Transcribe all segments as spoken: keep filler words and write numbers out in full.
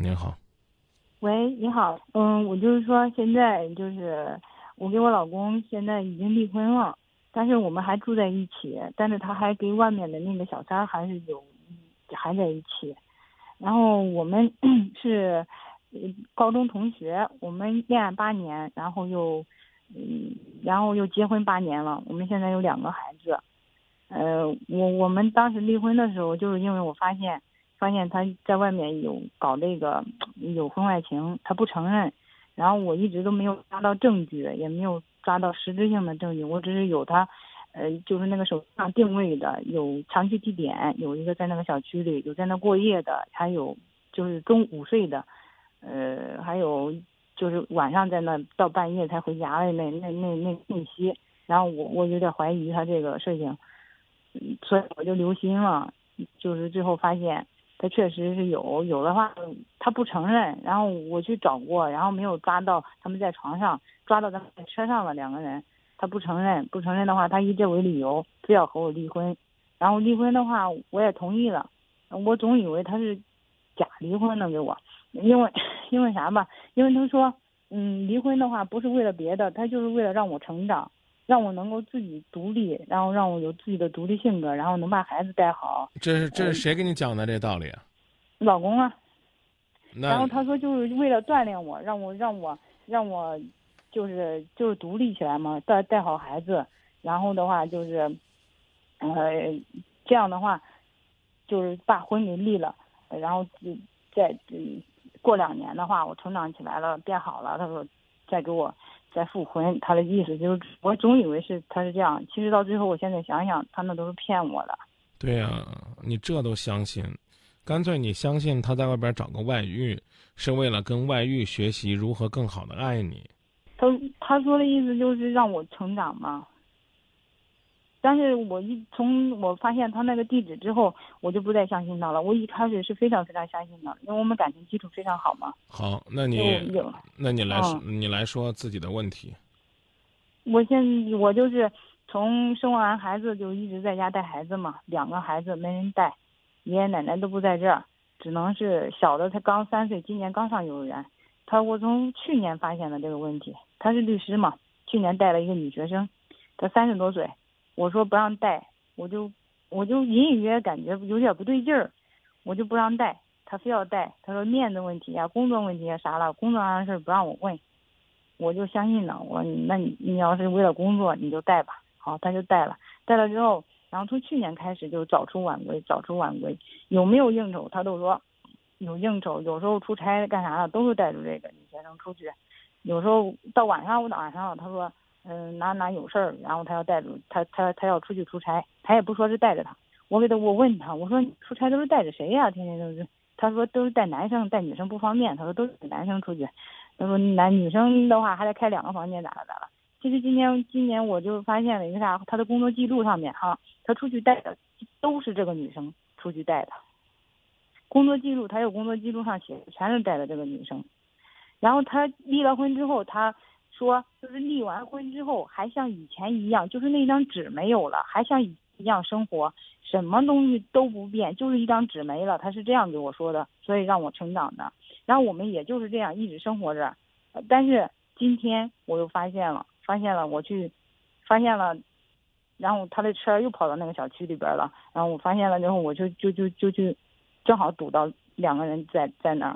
您好。 喂，你好，嗯，我就是说现在就是我跟我老公现在已经离婚了，但是我们还住在一起，但是他还跟外面的那个小三儿还是有还在一起。然后我们是呃高中同学，我们恋爱八年，然后又嗯，然后又结婚八年了，我们现在有两个孩子。呃，我我们当时离婚的时候，就是因为我发现发现他在外面有搞这个有婚外情，他不承认，然后我一直都没有抓到证据，也没有抓到实质性的证据，我只是有他，呃，就是那个手机上定位的，有长期地点，有一个在那个小区里，有在那过夜的，还有就是中午睡的，呃，还有就是晚上在那到半夜才回家的那那那那信息，然后我我有点怀疑他这个事情。嗯，所以我就留心了，就是最后发现他确实是有，有的话他不承认，然后我去找过，然后没有抓到他们在床上，抓到他们在车上了两个人，他不承认，不承认的话，他以这为理由非要和我离婚，然后离婚的话我也同意了，我总以为他是假离婚呢给我，因为因为啥吧，因为他说，嗯，离婚的话不是为了别的，他就是为了让我成长。让我能够自己独立，然后让我有自己的独立性格，然后能把孩子带好。 这是这呃， 是谁给你讲的这道理啊？ 老公啊，然那后他说就是为了锻炼我，让我让我让我就是就是独立起来嘛，带带好孩子，然后的话就是，呃，这样的话就是把婚给立了，然后再过两年的话，我成长起来了，变好了，他说再给我。再复婚，他的意思就是，我总以为是他是这样，其实到最后，我现在想想，他那都是骗我的。 对呀、你这都相信，干脆你相信他在外边找个外遇，是为了跟外遇学习如何更好的爱你。 他他说的意思就是让我成长嘛。但是我一从我发现他那个地址之后，我就不再相信他了。我一开始是非常非常相信的，因为我们感情基础非常好嘛。 好，那你有有， 那你来说， 嗯， 你来说自己的问题。 我现我就是从生完孩子就一直在家带孩子嘛，两个孩子没人带，爷爷奶奶都不在这儿，只能是小的他刚三岁，今年刚上幼儿园。他我从去年发现了这个问题，他是律师嘛，去年带了一个女学生，他三十多岁，我说不让带，我就我就隐隐约约感觉有点不对劲儿，我就不让带，他非要带，他说面子问题啊，工作问题啊啥了，工作上的事不让我问。我就相信了，我那你你要是为了工作你就带吧，好，他就带了，带了之后，然后从去年开始就早出晚归，早出晚归，有没有应酬他都说有应酬，有时候出差干啥的都是带着这个女学生出去，有时候到晚上我晚上了，他说嗯哪哪有事儿，然后他要带着他他他要出去出差，他也不说是带着他，我给他我问他我说你出差都是带着谁呀、天天都是，他说都是带男生，带女生不方便，他说都是带男生出去。他说男女生的话还得开两个房间，咋了咋了？其实今年今年我就发现了一个啥，他的工作记录上面哈，他出去带的都是这个女生出去带的，工作记录他有工作记录上写全是带的这个女生。然后他离了婚之后，他说就是离完婚之后还像以前一样，就是那张纸没有了，还像以前一样生活，什么东西都不变，就是一张纸没了。他是这样给我说的，所以让我成长的。然后我们也就是这样一直生活着，呃但是今天我又发现了，发现了我去，发现了，然后他的车又跑到那个小区里边了，然后我发现了之后，我就就就就去，正好堵到两个人在在那儿。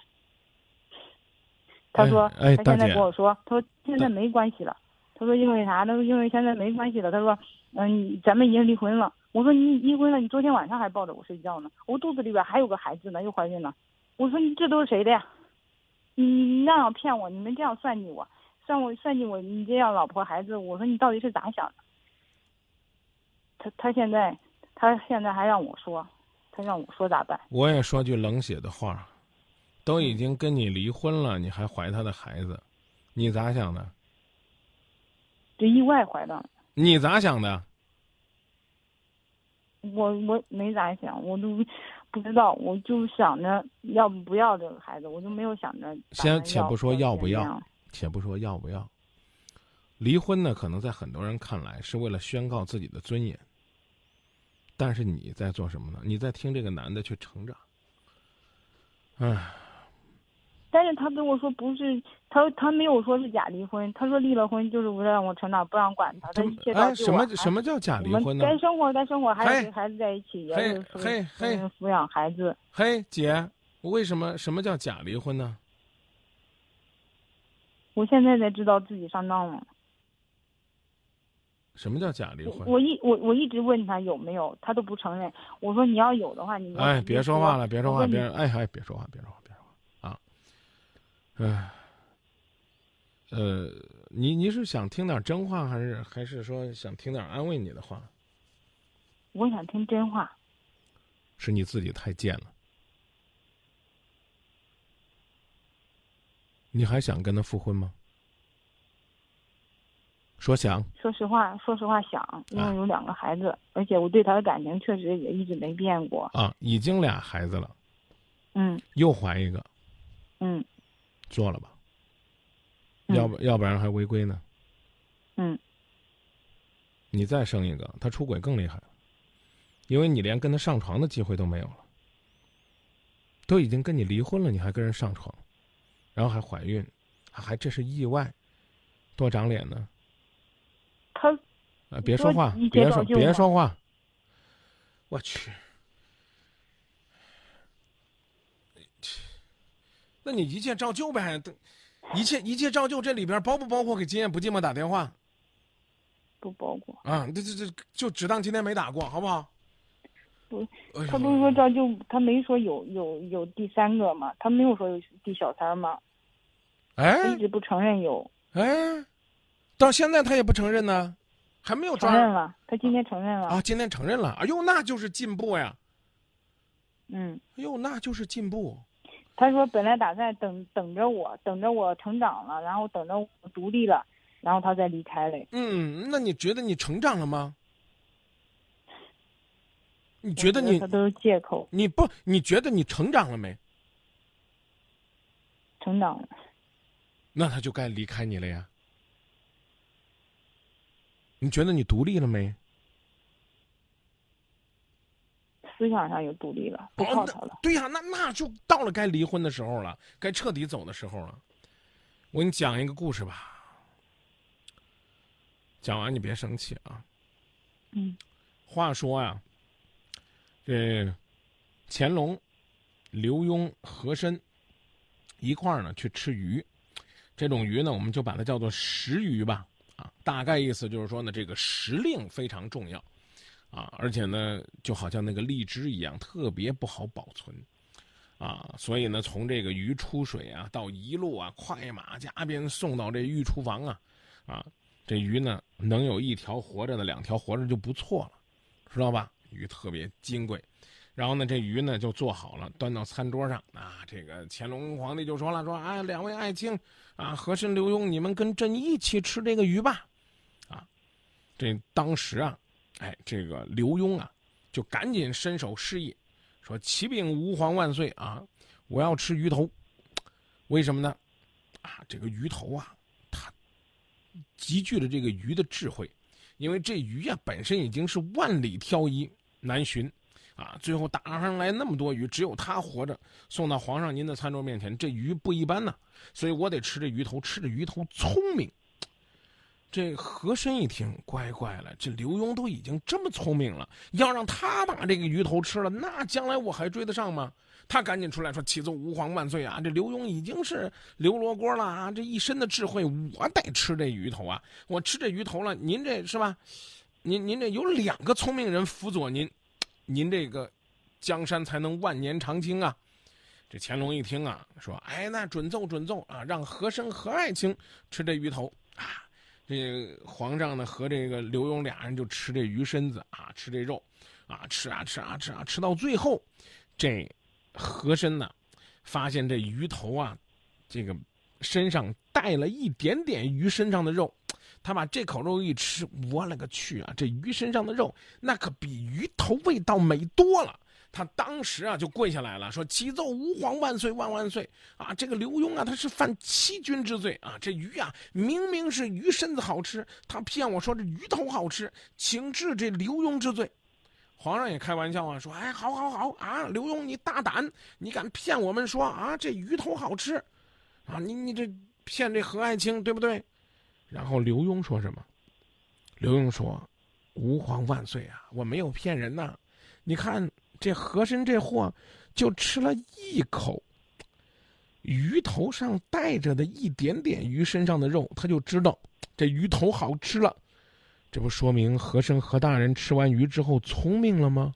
他说哎哎， 他现在大姐， 跟我说，他说现大在没关系了，他说因为啥呢？因为现在没关系了。他说嗯，咱们已经离婚了。我说你离婚了，你昨天晚上还抱着我睡觉呢，我肚子里边还有个孩子呢，又怀孕了。我说你这都是谁的呀？你你那样骗我，你们这样算计我，算我算计我，你这样老婆孩子，我说你到底是咋想的？他他现在他现在还让我说，他让我说咋办？ 我也说句冷血的话，都已嗯， 经跟你离婚了，你还怀他的孩子，你咋想的？ 就意外怀的。 你咋想的？ 我我没咋想，我都不知道，我就想着要不要这个孩子，我就没有想着打先算要且不说要不要， 怎样。 且不说要不要，离婚呢，可能在很多人看来是为了宣告自己的尊严，但是你在做什么呢？你在听这个男的去成长。唉， 是他跟我说不是，他他没有说是假离婚，他说离了婚就是为了让我成长，不让管他，他一切哎，什么照旧啊。 什么叫假离婚呢？ 我们该生活该生活，还嘿是跟孩子在一起，也嘿是嘿嘿嗯抚养孩子。 嘿，姐，为什么什么叫假离婚呢？ 我现在才知道自己上当了。 什么叫假离婚？ 我一我我一直问他有没有，他都不承认。我说你要有的话，你要哎， 直接别说话了，别说话， 我问你别哎哎，别说话，别说话，别说话啊！哎，呃，你你是想听点真话，还是还是说想听点安慰你的话？ 我想听真话。 是你自己太贱了。你还想跟他复婚吗？说想。 说实话，说实话想，因为有两个孩子，而且我对他的感情确实也一直没变过。 啊，已经俩孩子了， 嗯又怀一个， 嗯做了吧， 嗯要不要不然还违规呢。 嗯， 你再生一个，他出轨更厉害了，因为你连跟他上床的机会都没有了，都已经跟你离婚了，你还跟人上床，然后还怀孕，还还这是意外，多长脸呢。 他啊，别说话说一，切别说照旧嘛别说话。我去，那你一切照旧呗，等一切一切照旧，这里边包不包括给金燕不寂寞打电话不包括。 啊？这这这就只当今天没打过，好不好？ 不， 哎呦他不是说照旧，他没说有有有第三个嘛，他没有说有第小三嘛，他哎一直不承认有。 哎，到现在他也不承认呢，还没有抓承认了，他今天承认了。 啊！今天承认了，哎呦，那就是进步呀！ 嗯， 哎呦，那就是进步。 他说本来打算等等着我，等着我成长了，然后等着我独立了，然后他再离开嘞。 嗯，那你觉得你成长了吗？你你觉得你他都是借口。 你不？你觉得你成长了没？ 成长了。 那他就该离开你了呀。你觉得你独立了没？ 思想上有独立了，不靠他了。 哦、对呀、啊，那那就到了该离婚的时候了，该彻底走的时候了。我给你讲一个故事吧，讲完你别生气啊。 嗯。 话说呀，这乾隆、刘墉、和珅一块儿呢去吃鱼，这种鱼呢，我们就把它叫做食鱼吧。啊，大概意思就是说呢，这个时令非常重要。啊，而且呢，就好像那个荔枝一样，特别不好保存，啊，所以呢，从这个鱼出水啊，到一路啊，快马加鞭送到这御厨房啊，啊，这鱼呢，能有一条活着的，两条活着就不错了，知道吧？鱼特别金贵，然后呢，这鱼呢就做好了，端到餐桌上啊，这个乾隆皇帝就说了，说啊，两位爱卿啊，和珅、刘墉，你们跟朕一起吃这个鱼吧，啊，这当时啊。哎，这个刘墉啊，就赶紧伸手示意，说：“启禀吾皇万岁啊，我要吃鱼头。为什么呢？啊，这个鱼头啊，它极具了这个鱼的智慧，因为这鱼啊本身已经是万里挑一难寻，啊，最后打上来那么多鱼，只有它活着，送到皇上您的餐桌面前，这鱼不一般呐，所以我得吃这鱼头，吃这鱼头聪明。”这和珅一听，乖乖了，这刘墉都已经这么聪明了，要让他把这个鱼头吃了，那将来我还追得上吗？他赶紧出来说：“启奏吾皇万岁啊！这刘墉已经是刘罗锅了啊，这一身的智慧，我得吃这鱼头啊！我吃这鱼头了，您这是吧？您您这有两个聪明人辅佐您，您这个江山才能万年长青啊！”这乾隆一听啊，说：“哎，那准奏准奏啊，让和珅和爱卿吃这鱼头啊。”这个皇上呢和这个刘墉俩人就吃这鱼身子啊，吃这肉，啊吃啊吃啊吃啊吃到最后，这和珅呢发现这鱼头啊，这个身上带了一点点鱼身上的肉，他把这口肉一吃，我勒个去啊！这鱼身上的肉那可比鱼头味道美多了。他当时啊就跪下来了，说：“启奏吾皇万岁万万岁啊！这个刘墉啊，他是犯欺君之罪啊！这鱼啊，明明是鱼身子好吃，他骗我说这鱼头好吃，请治这刘墉之罪。”皇上也开玩笑啊，说：“哎，好好好啊，刘墉你大胆，你敢骗我们说啊这鱼头好吃？” 啊，你你这骗这何爱卿，对不对？然后刘墉说什么？刘墉说：“吾皇万岁啊，我没有骗人呐、你看这和珅这货，就吃了一口鱼头上带着的一点点鱼身上的肉，他就知道这鱼头好吃了。这不说明和珅何大人吃完鱼之后聪明了吗？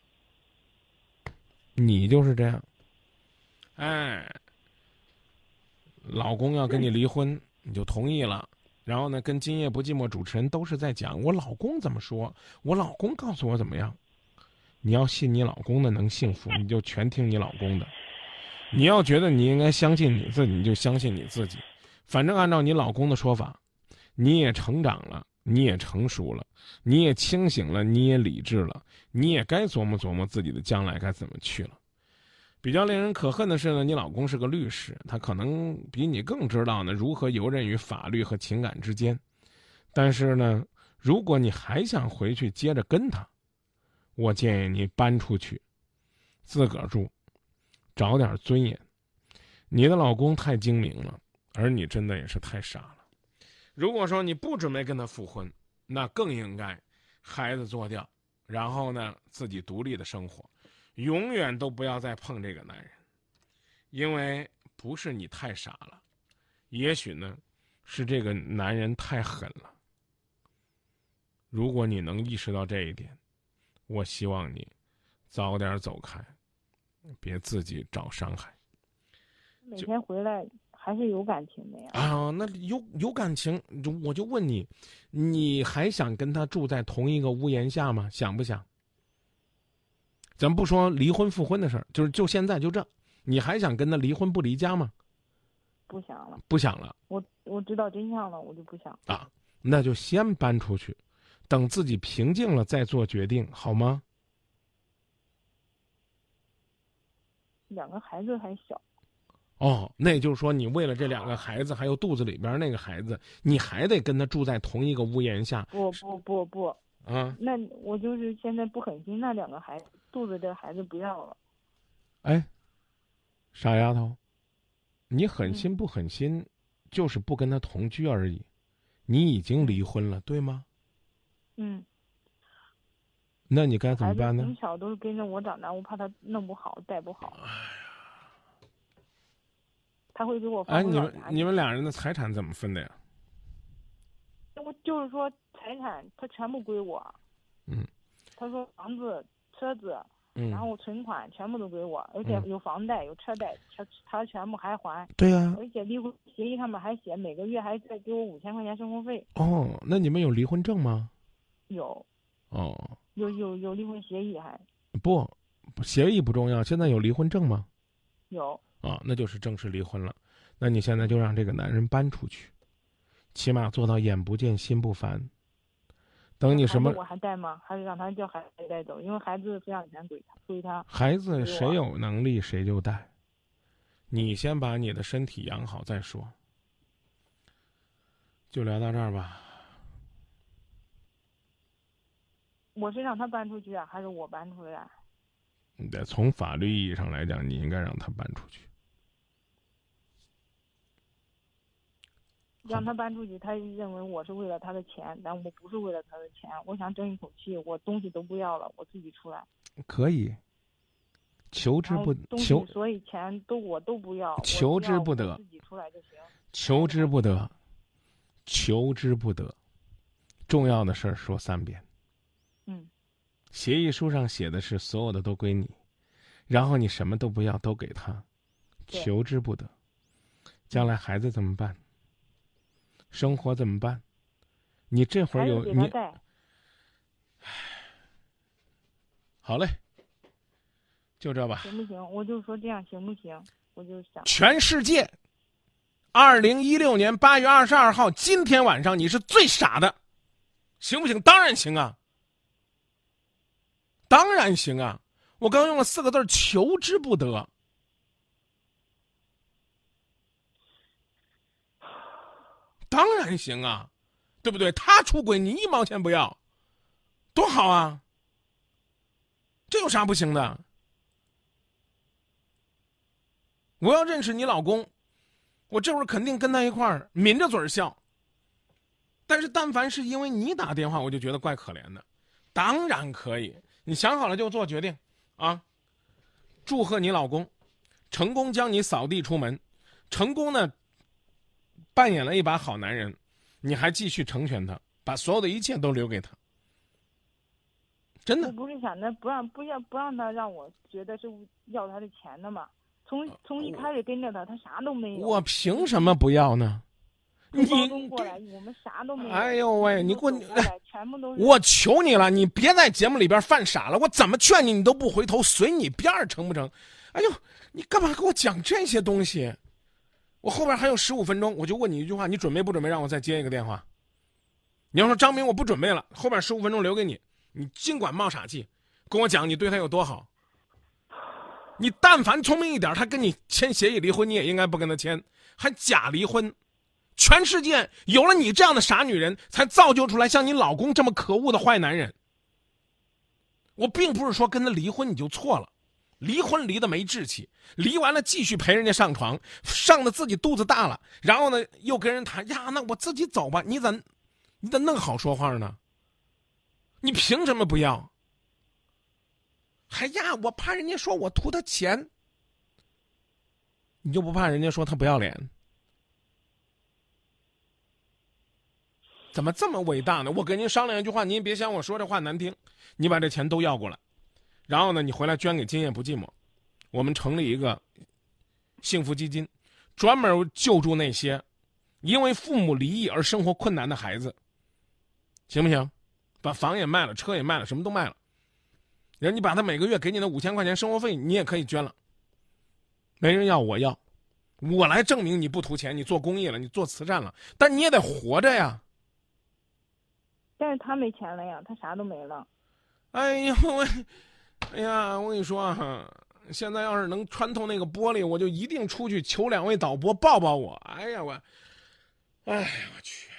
你就是这样，哎。”老公要跟你离婚，你就同意了。然后呢，跟今夜不寂寞主持人都是在讲我老公怎么说，我老公告诉我怎么样。你要信你老公的能幸福，你就全听你老公的。你要觉得你应该相信你自己，你就相信你自己。反正按照你老公的说法，你也成长了，你也成熟了，你也清醒了，你也理智了，你也该琢磨琢磨自己的将来该怎么去了。比较令人可恨的是呢，你老公是个律师，他可能比你更知道呢如何游刃于法律和情感之间。但是呢，如果你还想回去接着跟他，我建议你搬出去，自个儿住，找点尊严。你的老公太精明了，而你真的也是太傻了。如果说你不准备跟他复婚，那更应该孩子做掉，然后呢自己独立的生活。永远都不要再碰这个男人，因为不是你太傻了，也许呢是这个男人太狠了。如果你能意识到这一点，我希望你早点走开，别自己找伤害。 每天回来还是有感情的呀。 啊，那有有感情，我就问你，你还想跟他住在同一个屋檐下吗？想不想？咱不说离婚复婚的事儿，就是就现在就这，你还想跟他离婚不离家吗？ 不想了， 不想了。 我我知道真相了，我就不想啊。那就先搬出去，等自己平静了再做决定，好吗？ 两个孩子还小。 哦，那也就是说，你为了这两个孩子，还有肚子里边那个孩子，你还得跟他住在同一个屋檐下。 不不不不。 啊。 那我就是现在不狠心，那两个孩子肚子这孩子不要了。 哎，傻丫头，你狠心不狠心，嗯、就是不跟他同居而已。你已经离婚了，对吗？ 嗯。 那你该怎么办呢？ 从小都是跟着我长大，我怕他弄不好，带不好。 哎呀， 他会给我放。 哎，你们你们俩人的财产怎么分的呀？ 我就是说财产他全部归我。 嗯。 他说房子、车子， 嗯， 然后存款全部都归我，而且有房贷、有车贷，他他全部还还。 对呀、啊。 而且离婚协议上面还写每个月还再给我五千块钱生活费。 哦，那你们有离婚证吗？ 有。 哦。 有有有离婚协议还？ 不，协议不重要，现在有离婚证吗？ 有。 啊，那就是正式离婚了。那你现在就让这个男人搬出去，起码做到眼不见心不烦。等你什么？ 我还带吗？还是让他叫孩子带走？因为孩子抚养权归他，归他。 孩子谁有能力谁就带。你先把你的身体养好再说。就聊到这儿吧。 我是让他搬出去啊，还是我搬出来？ 你得从法律意义上来讲，你应该让他搬出去。 让他搬出去，他认为我是为了他的钱，但我不是为了他的钱。我想争一口气，我东西都不要了，我自己出来。 可以。求之不求， 所以钱都我都不要。 求之不得。 自己出来就行。 求之不得，求之不得。重要的事儿说三遍。 嗯。 协议书上写的是所有的都归你，然后你什么都不要，都给他。求之不得。将来孩子怎么办？生活怎么办？你这会儿有你，好嘞，就这吧。 行不行？我就说这样行不行？我就想。 全世界，二零一六年八月二十二号，今天晚上你是最傻的，行不行？当然行啊，当然行啊！我刚用了四个字：求之不得。当然行啊，对不对？他出轨你一毛钱不要，多好啊！这有啥不行的？我要认识你老公， 我这会儿肯定跟他一块儿抿着嘴儿笑。但是但凡是因为你打电话，我就觉得怪可怜的。当然可以，你想好了就做决定啊！祝贺你老公成功将你扫地出门，成功呢扮演了一把好男人，你还继续成全他，把所有的一切都留给他。真的， 我不是想着不让不要不让他让我觉得是要他的钱的嘛。从从一开始跟着他，他啥都没有。 我凭什么不要呢？你高中过来，我们啥都没有。 哎呦喂，你给我， 全部都是。 我求你了，你别在节目里边犯傻了。我怎么劝你，你都不回头，随你便儿，成不成？哎呦，你干嘛给我讲这些东西？我后边还有十五分钟，我就问你一句话：你准备不准备让我再接一个电话？你要说张明，我不准备了，后边十五分钟留给你，你尽管冒傻气，跟我讲你对他有多好。你但凡聪明一点，他跟你签协议离婚，你也应该不跟他签，还假离婚。全世界有了你这样的傻女人，才造就出来像你老公这么可恶的坏男人。我并不是说跟他离婚你就错了，离婚离的没志气，离完了继续陪人家上床，上的自己肚子大了，然后呢又跟人谈呀，那我自己走吧，你咋你咋弄好说话呢？你凭什么不要？还呀，我怕人家说我图他钱，你就不怕人家说他不要脸？怎么这么伟大呢？我跟您商量一句话，您别嫌我说这话难听，你把这钱都要过来，然后呢，你回来捐给今夜不寂寞，我们成立一个幸福基金，专门救助那些因为父母离异而生活困难的孩子，行不行？把房也卖了，车也卖了，什么都卖了，人你把他每个月给你的五千块钱生活费，你也可以捐了。没人要，我要，我来证明你不图钱，你做公益了，你做慈善了，但你也得活着呀。 但是他没钱了呀，他啥都没了。 哎呀，我，哎呀，我跟你说哈，现在要是能穿透那个玻璃，我就一定出去求两位导播抱抱我。哎呀，我，哎呀，我去，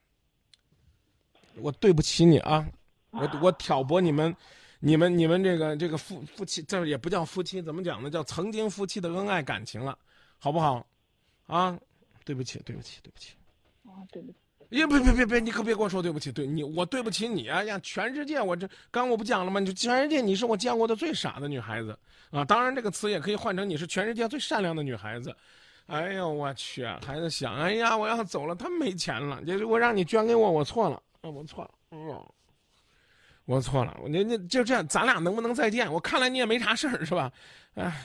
我对不起你啊，我我挑拨你们，你们你们这个这个夫夫妻，这也不叫夫妻，怎么讲呢？叫曾经夫妻的恩爱感情了，好不好？啊，对不起，对不起，对不起。 啊，对不起。 别别别别别！你可别跟我说对不起，对你我对不起你啊呀！全世界我这刚我不讲了吗？你就全世界你是我见过的最傻的女孩子啊！当然这个词也可以换成你是全世界最善良的女孩子。哎呦我去！孩子想，哎呀我要走了，他没钱了，就是我让你捐给我，我错了，啊我错了，哎呦，我错了，我你你就这样，咱俩能不能再见？我看来你也没啥事儿是吧？哎，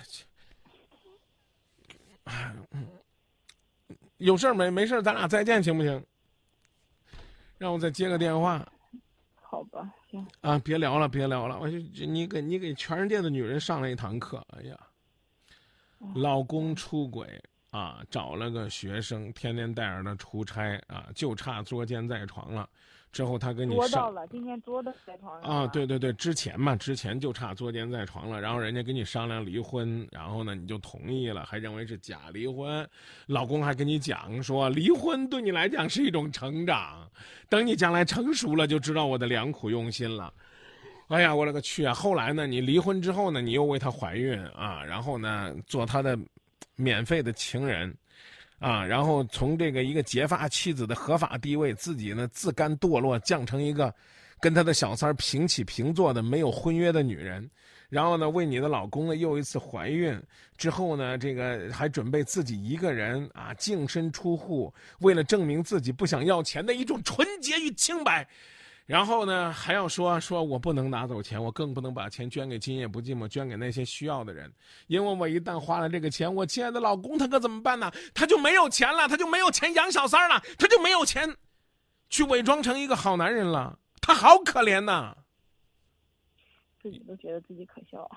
哎，有事儿没没事儿，咱俩再见行不行？让我再接个电话， 好吧，行啊，别聊了，别聊了，我就你给你给全世界的女人上了一堂课，哎呀，老公出轨啊，找了个学生，天天带着他出差啊，就差捉奸在床了。之后他跟你捉到了，今天捉到在床上啊，对对对，之前嘛，之前就差捉奸在床了，然后人家跟你商量离婚，然后呢你就同意了，还认为是假离婚，老公还跟你讲说离婚对你来讲是一种成长，等你将来成熟了就知道我的良苦用心了。哎呀，我勒个去啊！后来呢，你离婚之后呢，你又为她怀孕啊，然后呢做她的免费的情人。啊，然后从这个一个结发妻子的合法地位，自己呢自甘堕落，降成一个跟他的小三儿平起平坐的没有婚约的女人，然后呢为你的老公呢又一次怀孕之后呢，这个还准备自己一个人啊净身出户，为了证明自己不想要钱的一种纯洁与清白。然后呢，还要说说我不能拿走钱，我更不能把钱捐给今夜不寂寞，捐给那些需要的人，因为我一旦花了这个钱，我亲爱的老公他可怎么办呢？他就没有钱了，他就没有钱养小三了，他就没有钱去伪装成一个好男人了，他好可怜呐！ 自己都觉得自己可笑。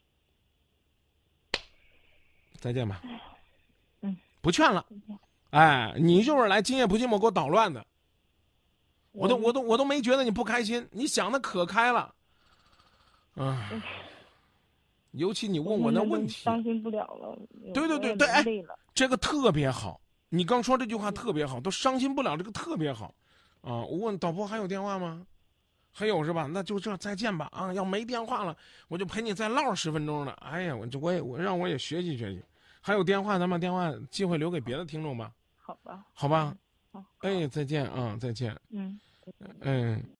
再见吧。 嗯， 不劝了。哎，你就是来今夜不寂寞给我捣乱的。我都我都我都没觉得你不开心，你想的可开了，啊！尤其你问我那问题， 伤心不了了。 对对对对，哎，这个特别好，你刚说这句话特别好，都伤心不了，这个特别好，啊！我问导播还有电话吗？还有是吧？那就这再见吧啊！要没电话了，我就陪你再唠十分钟了。哎呀，我这我也我让我也学习学习， 还有电话，咱把电话机会留给别的听众吧。 好吧， 好吧， 好， 哎，再见啊，再见。 嗯。 嗯。